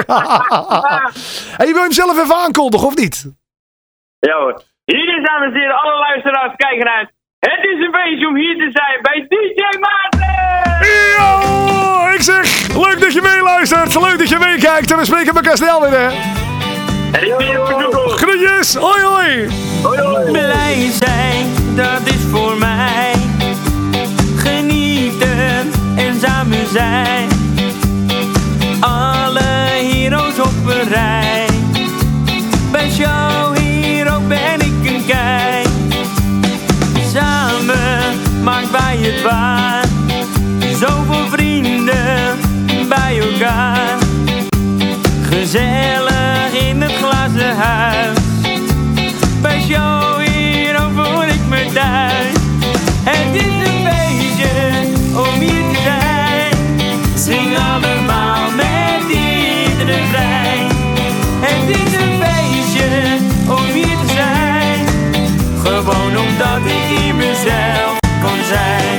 S1: En je wil hem zelf even aankondigen, of niet?
S8: Ja hoor. Hier is, dames en heren, alle luisteraars kijken naar. Het is een feestje om hier te zijn bij D J Maarten!
S1: Yo, ik zeg, leuk dat je meeluistert. Leuk dat je meekijkt. En we spreken elkaar snel weer, hè.
S8: En ik ben je verzoeken.
S1: Groetjes, hoi hoi.
S8: Hoi hoi.
S6: Blij zijn, dat is voor mij. Genieten en samen zijn. Alle heroes op een rij. Bij jou hier ook ben ik een kei. Samen maakt wij het waar. Zoveel vrienden bij elkaar. Gezellig in het glazen huis. Bij jou hier ook voel ik me thuis. Het is een feestje om hier te zijn. Zing allemaal met iedere vrij. Het is een feestje om hier te zijn. Gewoon omdat ik hier mezelf kon zijn.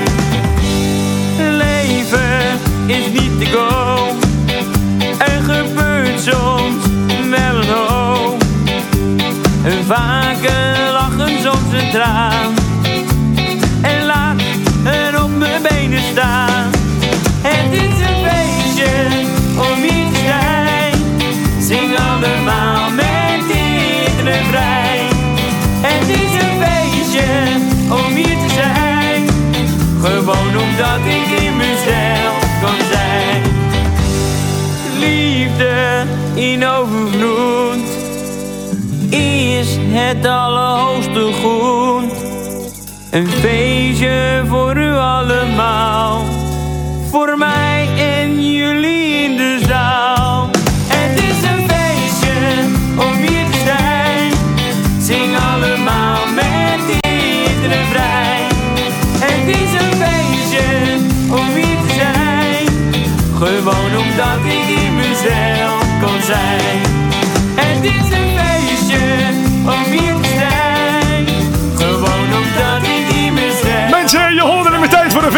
S6: Leven is niet te go. Er gebeurt soms wel een hoop. En vaker lachen soms een traan. En laat er op mijn benen staan. Het is een feestje om hier te zijn. Zing allemaal met iedere vrij. Het is een feestje om hier te zijn. Gewoon omdat ik in mezelf kan zijn. Liefde in overvloed is het allerhoogste goed. Een feestje voor u allemaal. Voor mij en jullie in de zaal. Het is een feestje om hier te zijn. Zing allemaal met iedere vrij. Het is een feestje om hier te zijn. Gewoon omdat ik in mezelf kon zijn. Het is een feestje om hier te zijn. Gewoon omdat ik in mezelf.
S1: Mensen, je hoorde er met tijd voor een feestje.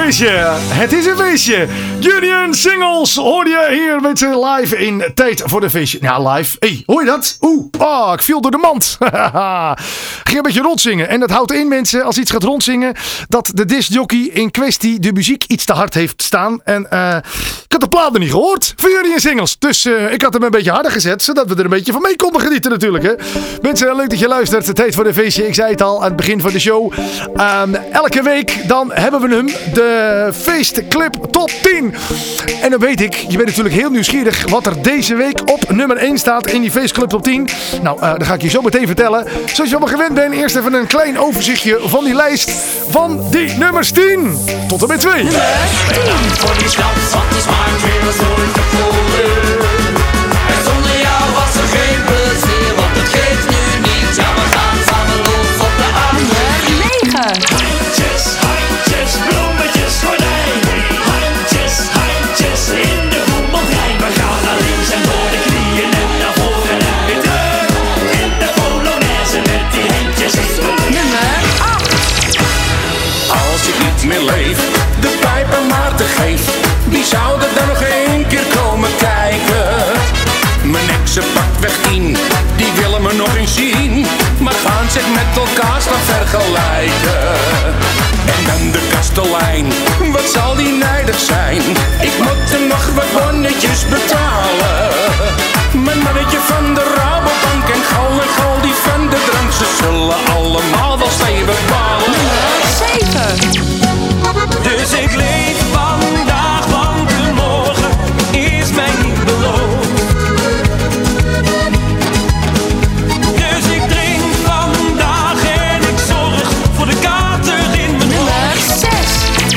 S1: feestje. Het is een feestje. Union Singles hoor je hier met z'n live in Tijd voor de Feestje. Ja, live. Hey, hoor je dat? Oeh, oh, ik viel door de mand. Ging een beetje rondzingen. En dat houdt in, mensen, als iets gaat rondzingen, dat de discjockey in kwestie de muziek iets te hard heeft staan. En uh, ik had de plaat nog niet gehoord van Union Singles. Dus uh, ik had hem een beetje harder gezet, zodat we er een beetje van mee konden genieten natuurlijk. Hè. Mensen, leuk dat je luistert. Tijd voor de Feestje. Ik zei het al aan het begin van de show. Um, elke week dan hebben we hem, de feestclip top tien. En dan weet ik, je bent natuurlijk heel nieuwsgierig wat er deze week op nummer één staat in die feestclip top tien. Nou, uh, dat ga ik je zo meteen vertellen. Zoals je allemaal gewend bent, eerst even een klein overzichtje van die lijst van die nummers tien. Tot en met twee.
S5: Bedankt voor die schnaps, want die smaakt weer als nooit tevoren. En zonder jou was er geen plezier, want het geeft nu niet. Ja, we gaan samen los op de avond.
S2: negen.
S5: Handjes, handjes, bloemetjes, gordijn. Handjes, handjes, in de voetbaltrein. We gaan naar links en door de knieën en naar voren en weer terug. In de Polonaise met die handjes in de lucht.
S2: Nummer acht.
S3: Als ik niet meer leef, de pijpen maar te geef, wie zou er dan nog één keer komen kijken? Mijn exen pakt weg tien, die willen me nog eens zien, maar gaan zich met elkaar staan vergelijken. En dan de kastelein, wat zal die nijdig zijn? Ik moet er nog wat bonnetjes betalen. Mijn mannetje van de Rabobank en Gal en Gal die van de drank, ze zullen allemaal wel steen bepalen.
S2: zeven.
S6: Dus ik leef vandaag, want de morgen is mij niet beloofd. Dus ik drink vandaag en ik zorg voor de kater in mijn hoofd.
S2: zes.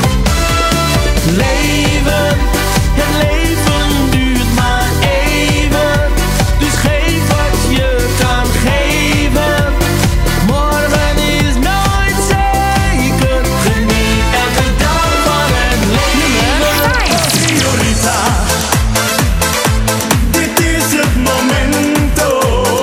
S6: Leven, het leven duurt maar even. Dus geef wat je kan geven. Morgen is nooit zeker. Geniet elke dag van het leven. Señorita, dit is het momento.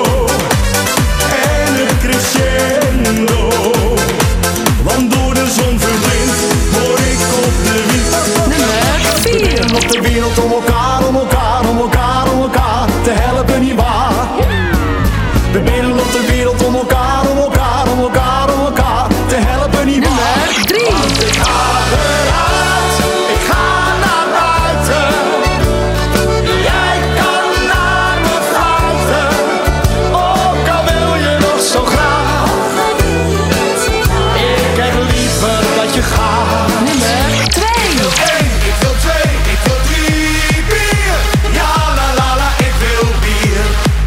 S6: En het crescendo. Want door de zon verblind word ik op de wind.
S2: Nummer vier.
S6: Op de wereld om elkaar, om elkaar, om elkaar, om elkaar te helpen, nietwaar? We bidden op de wereld om elkaar, om elkaar, om elkaar, om elkaar te helpen, nietwaar?
S2: Nummer drie.
S6: Ik ga eruit, ik ga naar buiten. Jij kan naar me fluiten, ook al wil je nog zo graag. Ik heb liever dat je gaat.
S2: Nummer twee.
S6: Ik wil twee, ik wil drie bier. Ja, la la la, ik wil bier.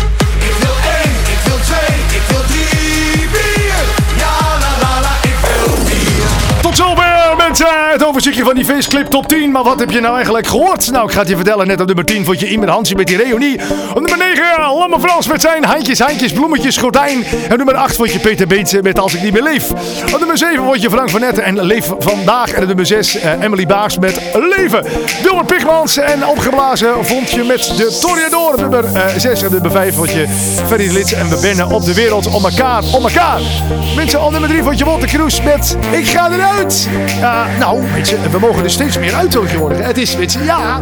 S6: Ik wil één, ik wil twee, ik wil drie bier. Ja, la la la, ik wil bier.
S1: Tot zover, mensen, het overzichtje van die feestclip top tien. Maar wat heb je nou eigenlijk gehoord? Nou, ik ga het je vertellen. Net op nummer tien vond je Imer Hansie met die reunie. Op nummer negen, Lamme Frans met zijn handjes, handjes, bloemetjes, gordijn. En op nummer acht vond je Peter Beentse met Als ik niet meer leef. Op nummer zeven vond je Frank van Netten en Leef vandaag. En op nummer zes, uh, Emily Baars met Leven. Wilmer Pigmans en Opgeblazen vond je met de Toreador. Op nummer uh, zes en nummer vijf vond je Ferry Lits en We Bennen op de wereld om elkaar, om elkaar. Mensen, op nummer drie vond je Wolter Kroes met Ik ga eruit. Uh, nou, weet je, we mogen er steeds meer uit tegenwoordig. Het is, weet je, ja.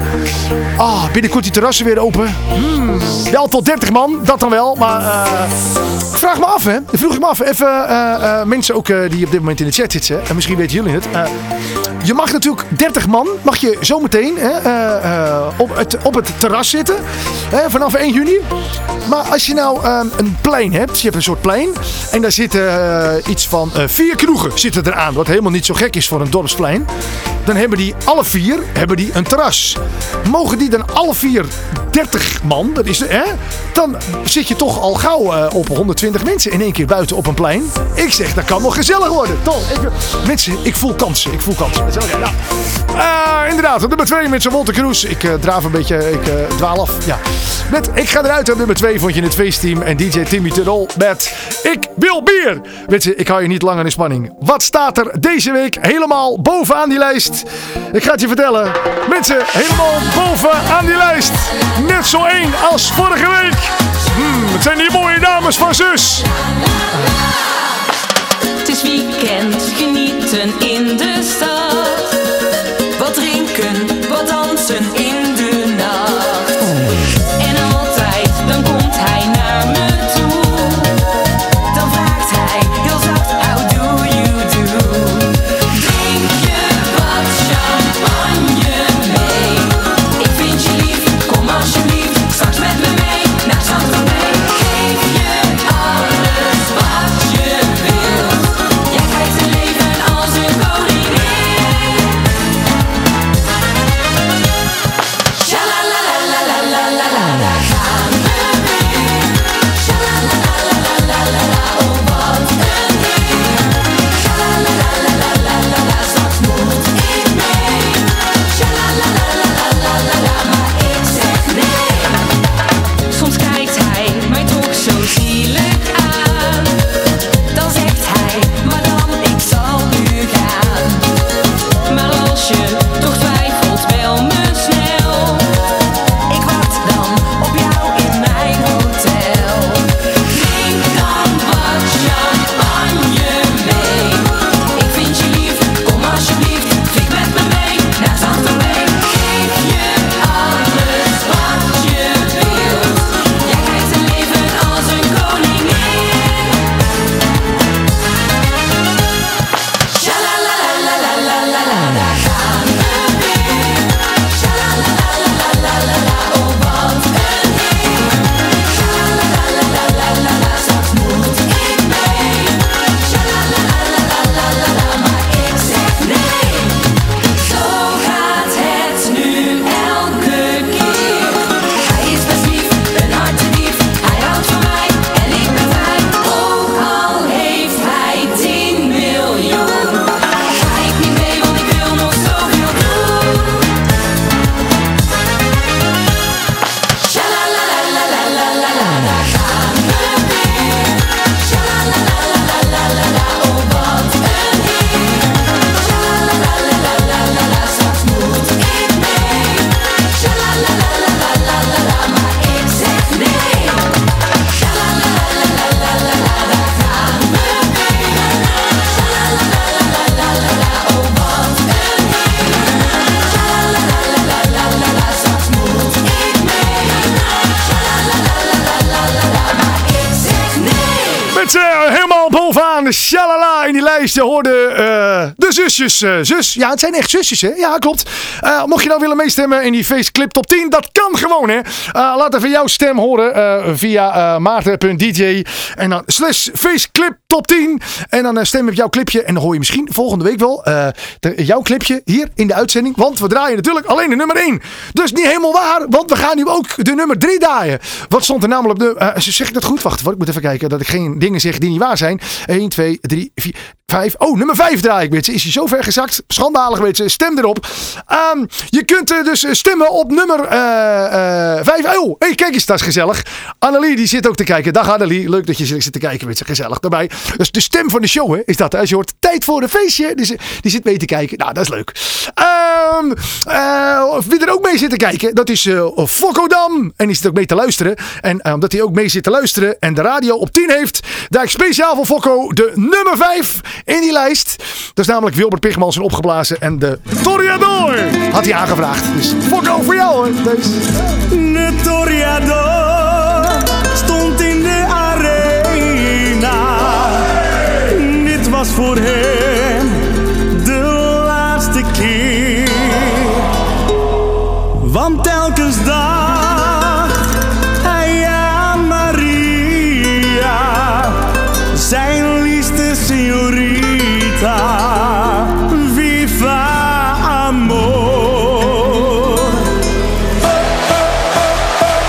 S1: Ah, binnenkort die terrassen weer open. Hmm, wel tot dertig man, dat dan wel. Maar uh, ik vraag me af, hè. Dat vroeg ik me af. Even uh, uh, mensen ook uh, die op dit moment in de chat zitten. En misschien weten jullie het. Uh, je mag natuurlijk dertig man, mag je zometeen uh, uh, op, het, op het terras zitten. Uh, vanaf één juni. Maar als je nou uh, een plein hebt, je hebt een soort plein. En daar zitten uh, iets van uh, vier kroegen zitten eraan. Wat helemaal niet zo gek is voor een dorpsplein. Dan hebben die alle vier hebben die een terras. Mogen die dan alle vier dertig man, dat is, hè? Dan zit je toch al gauw uh, op honderdtwintig mensen in één keer buiten op een plein. Ik zeg, dat kan nog gezellig worden. Toch? Ik, mensen, ik voel kansen. Ik voel kansen. Okay, nou. uh, inderdaad, op nummer twee met zijn Wolter Kroes. Ik uh, draaf een beetje, ik uh, dwaal af. Ja. Met Ik ga eruit. Op nummer twee vond je het feestteam en D J Timmy Terol met Ik wil bier. Mensen, ik hou je niet langer in spanning. Wat staat er deze week helemaal bovenaan die lijst? Ik ga het je vertellen. Mensen, helemaal bovenaan die lijst. Net zo één als vorige week. Hmm, het zijn die mooie dames van Zus.
S4: Het is weekend, genieten in de stad.
S1: mensen, helemaal bovenaan. Shalala in die lijst. Je hoorde uh, de zusjes. Uh, zus. Ja, het zijn echt zusjes, hè? Ja, klopt. Uh, mocht je nou willen meestemmen in die Faceclip Top tien, dat kan gewoon, hè? Uh, laat even jouw stem horen uh, via uh, maarten punt d j en dan slash Faceclip Top tien. En dan uh, stem op jouw clipje. En dan hoor je misschien volgende week wel uh, de, jouw clipje hier in de uitzending. Want we draaien natuurlijk alleen de nummer één. Dus niet helemaal waar, want we gaan nu ook de nummer drie draaien. Wat stond er namelijk op de... Uh, zeg ik dat goed? Wacht, ik moet even kijken dat ik geen dingen zeg die niet waar zijn. één, twee, drie, vier, vijf. Oh, nummer vijf draai ik, weet je. Is hij zo ver gezakt? Schandalig, weet je. Stem erop. Um, je kunt uh, dus stemmen op nummer uh, uh, vijf. Oh, hey, kijk eens, dat is gezellig. Annelie, die zit ook te kijken. Dag Annelie, leuk dat je zit te kijken, weet je. Gezellig daarbij. Dus de stem van de show, hè, is dat. Hè? Als je hoort tijd voor een feestje, die, die zit mee te kijken. Nou, dat is leuk. Um, uh, wie er ook mee zit te kijken, dat is uh, Fokko Dam. En die zit ook mee te luisteren. En uh, omdat hij ook mee zit te luisteren en de radio op tien heeft, daar ik speciaal voor Fokko de nummer vijf in die lijst. Dat is namelijk Wilbert Pigmans en opgeblazen. En de Toreador had hij aangevraagd. Dus Fokko voor jou, hoor. Deze.
S10: De Toreador stond in de arena. Dit was voor hem de laatste keer. Want telkens dacht hij aan Maria, zijn liefste signorita. Viva amor.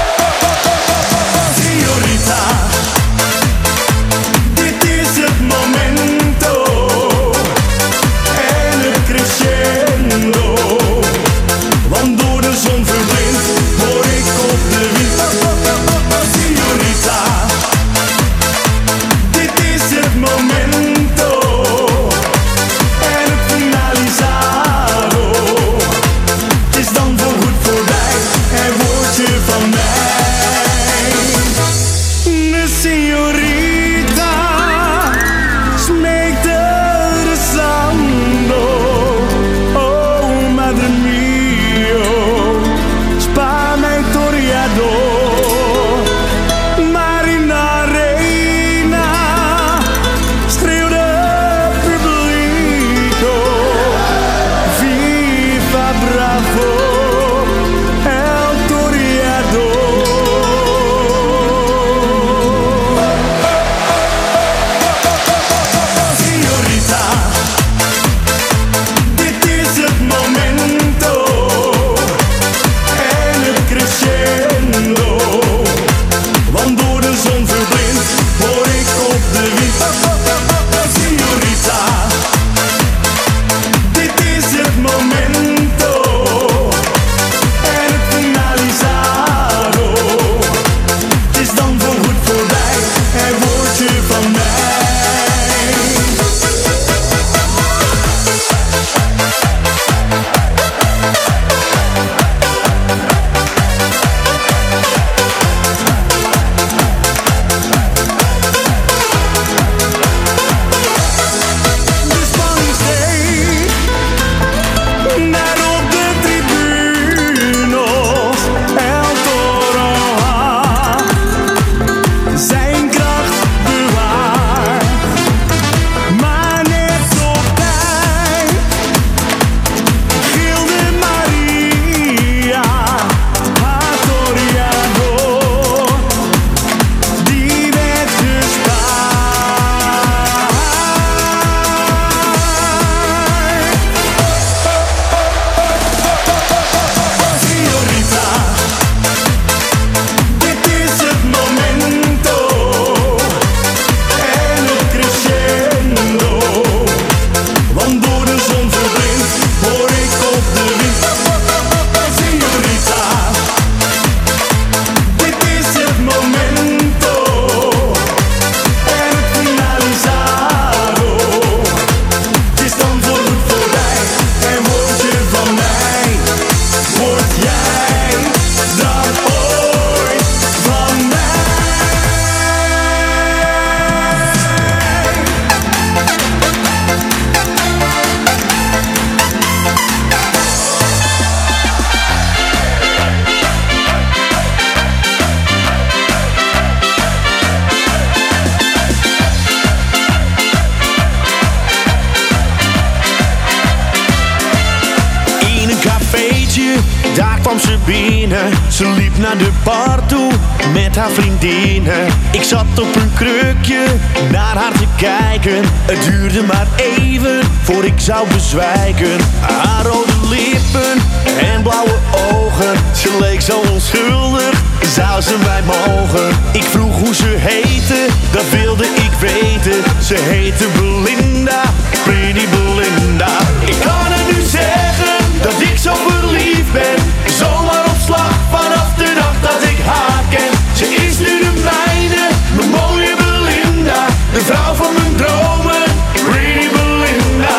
S10: kwam ze binnen. Ze liep naar de bar toe met haar vriendinnen. Ik zat op een krukje naar haar te kijken. Het duurde maar even voor ik zou bezwijken. Haar rode lippen en blauwe ogen. Ze leek zo onschuldig, zou ze mij mogen. Ik vroeg hoe ze heette, dat wilde ik weten. Ze heette Belinda, Pretty Belinda. Ik kan haar nu zeggen dat ik zo verliefd ben. Zomaar op slag vanaf de dag dat ik haar ken. Ze is nu de mijne, mijn mooie Belinda. De vrouw van mijn dromen, Pretty Belinda.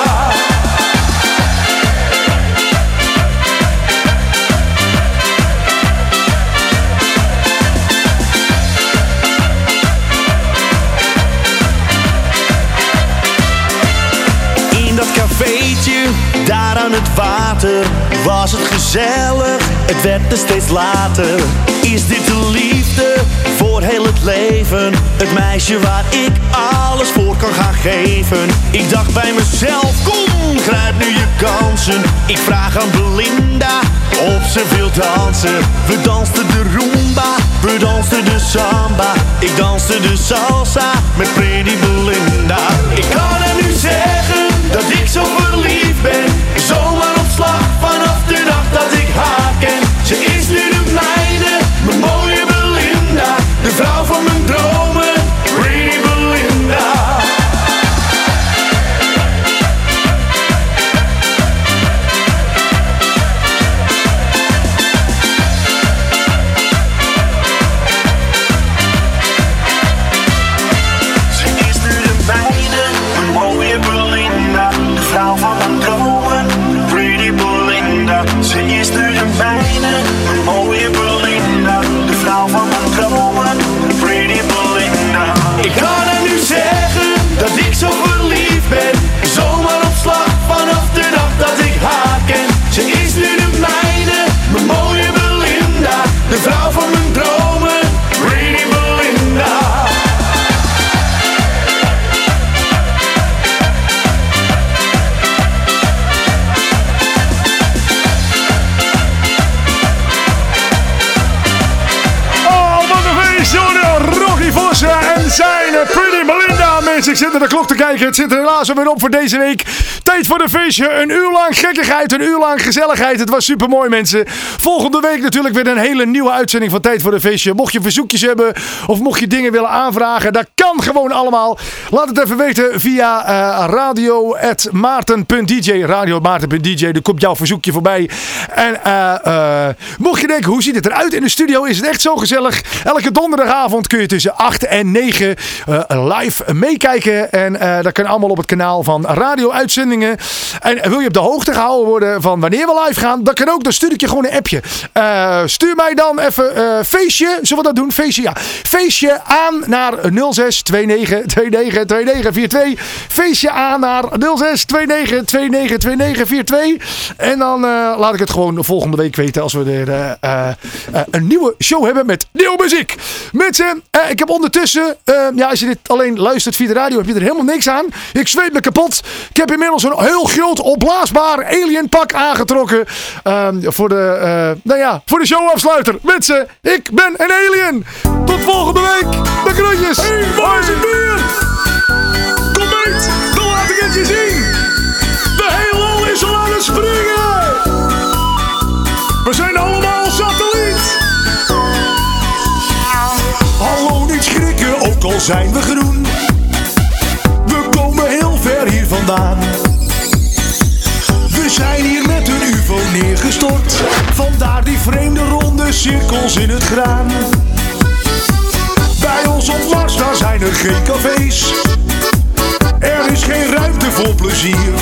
S10: In dat cafeetje, daar aan het water, was het gezellig, het werd er steeds later. Is dit de liefde voor heel het leven? Het meisje waar ik alles voor kan gaan geven. Ik dacht bij mezelf, kom, grijp nu je kansen. Ik vraag aan Belinda of ze wil dansen. We dansten de rumba, we dansten de samba. Ik danste de salsa met Pretty Belinda. Ik kan haar nu zeggen dat ik zo verliefd ben. Zomaar op slag vanaf de dag dat ik haar ken. Ze is nu de mijne, mijn mooie Belinda. De vrouw van mijn dromen, Pretty Belinda. Ze is nu de mijne, mijn mooie Belinda. De vrouw van mijn dromen, Pretty Belinda. Ze is nu de mijne, mijn mooie Belinda. De vrouw van mijn dromen, Pretty Belinda. Ik kan haar nu zeggen dat ik zo verliefd ben. Zomaar op slag vanaf de dag dat ik haar ken. Ze is nu de mijne, mijn mooie Belinda. De vrouw van mijn dromen, Pretty Belinda.
S1: Rocky Vossen en zijn Pretty Belinda. Mensen, ik zit naar de klok te kijken. Het zit er helaas alweer op voor deze week. Tijd voor de feestje. Een uur lang gekkigheid, een uur lang gezelligheid. Het was super mooi, mensen. Volgende week natuurlijk weer een hele nieuwe uitzending van Tijd voor de feestje. Mocht je verzoekjes hebben of mocht je dingen willen aanvragen, dat kan gewoon allemaal. Laat het even weten via uh, radio at maarten punt d j. radio at maarten punt d j. Er komt jouw verzoekje voorbij. En uh, uh, mocht je denken, hoe ziet het eruit in de studio? Is het echt zo gezellig? Elke donderdagavond kun je tussen acht en negen uh, live meekijken. En uh, dat kan allemaal op het kanaal van radio-uitzendingen. En wil je op de hoogte gehouden worden van wanneer we live gaan? Dat kan ook. Dan stuur ik je gewoon een appje. Uh, stuur mij dan even uh, feestje. Zullen we dat doen? Feestje, ja. Feestje aan naar nul zes twee negen twee negen twee negen vier twee. Feestje aan naar nul zes twee negen twee negen twee negen vier twee. En dan uh, laat ik het gewoon volgende week weten als we er uh, uh, uh, een nieuwe show hebben met nieuwe muziek. Mensen, uh, ik heb ondertussen, uh, ja, als je dit alleen luistert via de radio, heb je er helemaal niks aan. Ik zweet me kapot. Ik heb inmiddels een heel groot opblaasbaar alien pak aangetrokken. Uh, voor de, uh, nou ja, voor de showafsluiter. Mensen, ik ben een alien. Tot volgende week. De groetjes. Hey, waar is het bier? Kom mee, dan laat ik het je zien. De heelal is al aan het springen. We zijn allemaal satelliet. Hallo, niet schrikken, ook al zijn we groen. We komen heel ver hier vandaan. We zijn hier met een U F O neergestort. Vandaar die vreemde ronde cirkels in het graan. Bij ons op Mars, daar zijn er geen cafés. Er is geen ruimte voor plezier.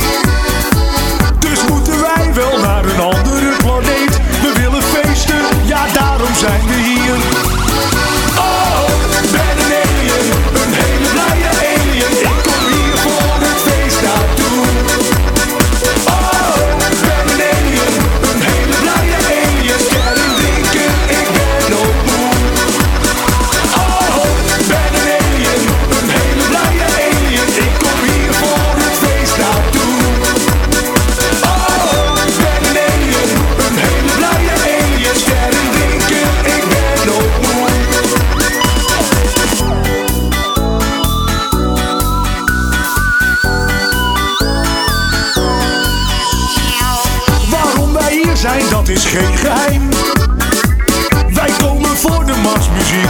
S1: Dus moeten wij wel naar een andere planeet. We willen feesten, ja daarom zijn we hier. Oh, ik ben een alien, een hele blije alien. Ik kom hier voor het feest naartoe. Oh, ik ben een alien, een hele blije alien. Sterren drinken, ik ben op moe. Oh, ik ben een alien, een hele blije alien. Ik kom hier voor het feest naartoe.
S3: dat is geen geheim. Wij komen voor de marsmuziek.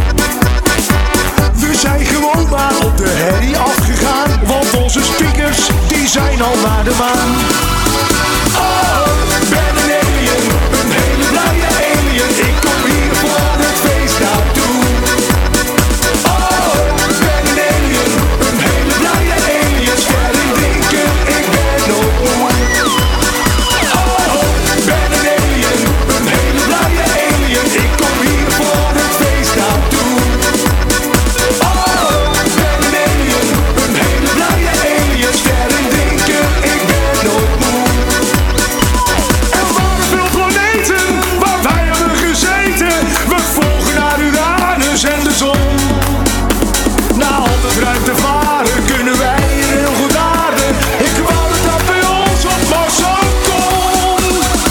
S3: We zijn gewoon maar op de herrie afgegaan, want onze speakers die zijn al naar de maan. Oh, ben een alien, een hele blije alien. Ik kom hier voor het feest naartoe. Oh, ben een alien, een hele blije alien. Sterren drinken, ik ben nooit moe. Oh, ben een alien, een hele blije alien. Ik kom hier voor het feest naartoe. Oh, ben een alien, een hele blije alien. Sterren drinken, ik ben nooit moe. Er waren veel planeten waar wij hebben gezeten. We volgen naar Uranus en de zon. Na al het ruimte varen kunnen wij hier heel goed aarden. Ik wou dat dat bij ons op Mars ook kon.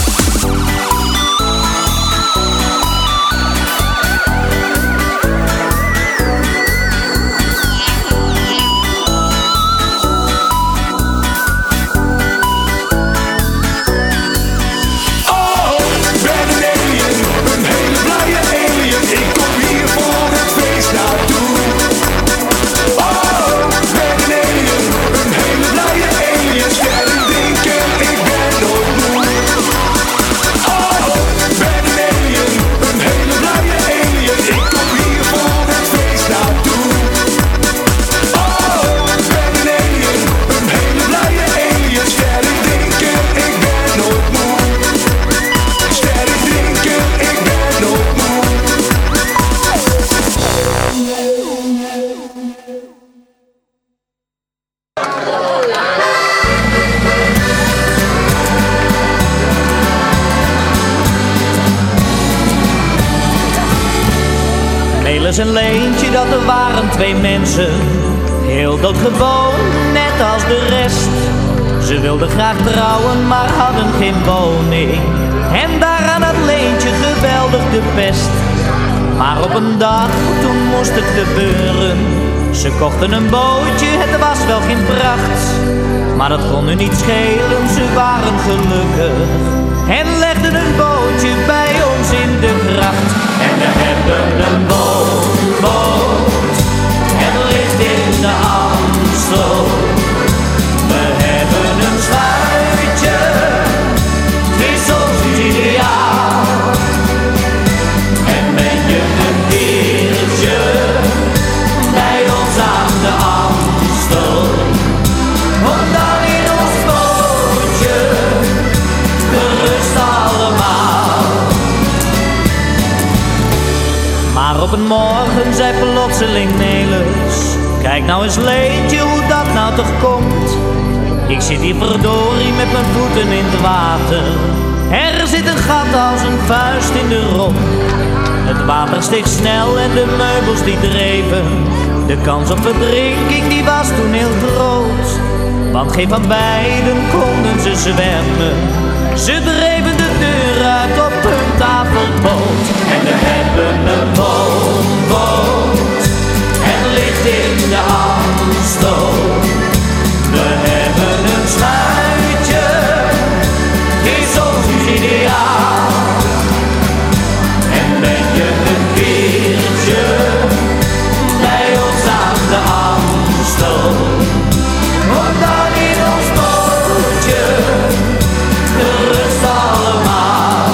S3: Oh, ben een alien, een hele blije alien. Ik kom hier voor het feest naartoe. Oh, ben een alien, een hele blije alien. Sterren drinken, ik ben nooit moe. Oh, ben een alien, een hele blije alien. Ik kom hier voor het feest naartoe. Oh, ben een alien, een hele blije alien. Sterren drinken, ik ben nooit moe. Sterren drinken, ik ben nooit moe.
S6: Melis en Leentje, dat er waren twee mensen, heel doodgewoon, net als de rest. Ze wilden graag trouwen, maar hadden geen woning. En daaraan had Leentje geweldig de pest. Maar op een dag, toen moest het gebeuren. Ze kochten een bootje, het was wel geen pracht. Maar dat kon nu niet schelen, ze waren gelukkig. En legden een bootje bij ons in de gracht. En we hebben een woonboot, het ligt in de Amstel. We hebben een schuitje, het is ons ideaal. En ben je een keertje bij ons aan de Amstel, kom dan in ons bootje, gerust allemaal. Maar op een morgen zei plotseling Melis, kijk nou eens Leentje hoe dat nou toch komt. Ik zit hier verdorie met mijn voeten in het water. Er zit een gat als een vuist in de romp. Het water steeg snel en de meubels die dreven. De kans op verdrinking die was toen heel groot. Want geen van beiden konden ze zwemmen. Ze dreven de deur uit op hun tafelboot. En we hebben een woonboot, het ligt in de Amstel. We hebben een schuitje, is ons ideaal. En ben je een keertje bij ons aan de Amstel, kom dan in ons bootje, gerust allemaal.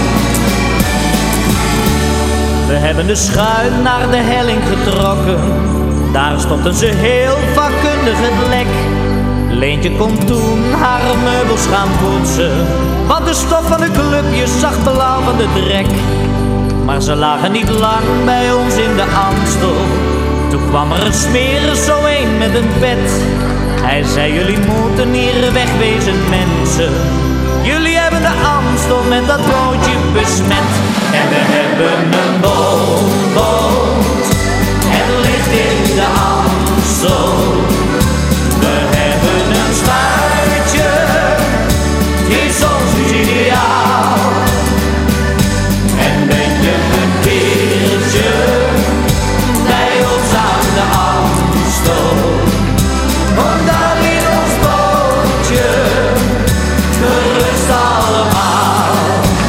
S6: We hebben de schuit naar de helling getrokken. Daar stopten ze heel vakkundig het lek. Leentje kon toen haar meubels gaan poetsen, want de stof van de clubjes zag blauw van de drek. Maar ze lagen niet lang bij ons in de Amstel. Toen kwam er een smerig zo een met een pet. Hij zei, jullie moeten hier wegwezen mensen. Jullie hebben de Amstel met dat bootje besmet. En we hebben een woonboot, het ligt in de Amstel. We hebben een schuitje, het is ons ideaal. En ben je een keertje bij ons aan de Amstel, kom dan in ons bootje, gerust allemaal.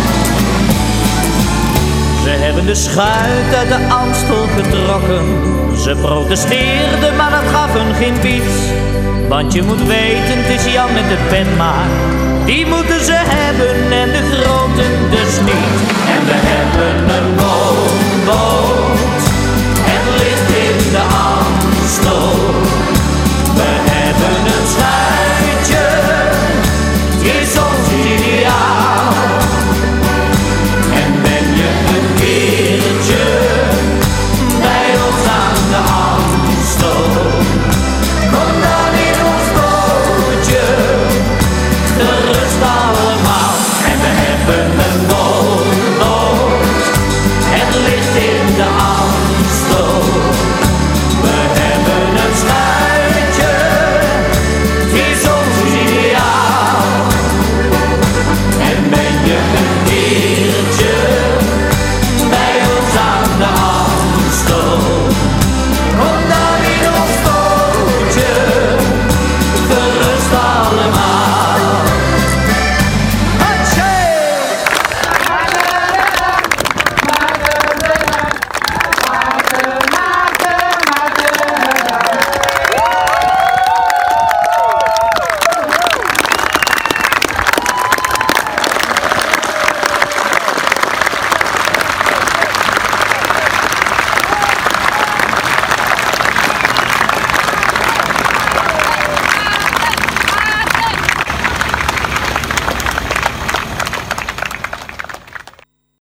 S6: uit uit de Amstel getrokken. Ze protesteerden, maar dat gaf hun geen biet. Want je moet weten, het is Jan met de pen maar. Die moeten ze hebben en de groten dus niet. En we hebben een woonboot. Het ligt in de Amstel. We hebben een schuitje. Het is ons ideaal. En ben je een keertje bij ons aan de Amstel, kom dan in ons bootje, gerust allemaal. En we hebben een woonboot, het ligt in de Amstel.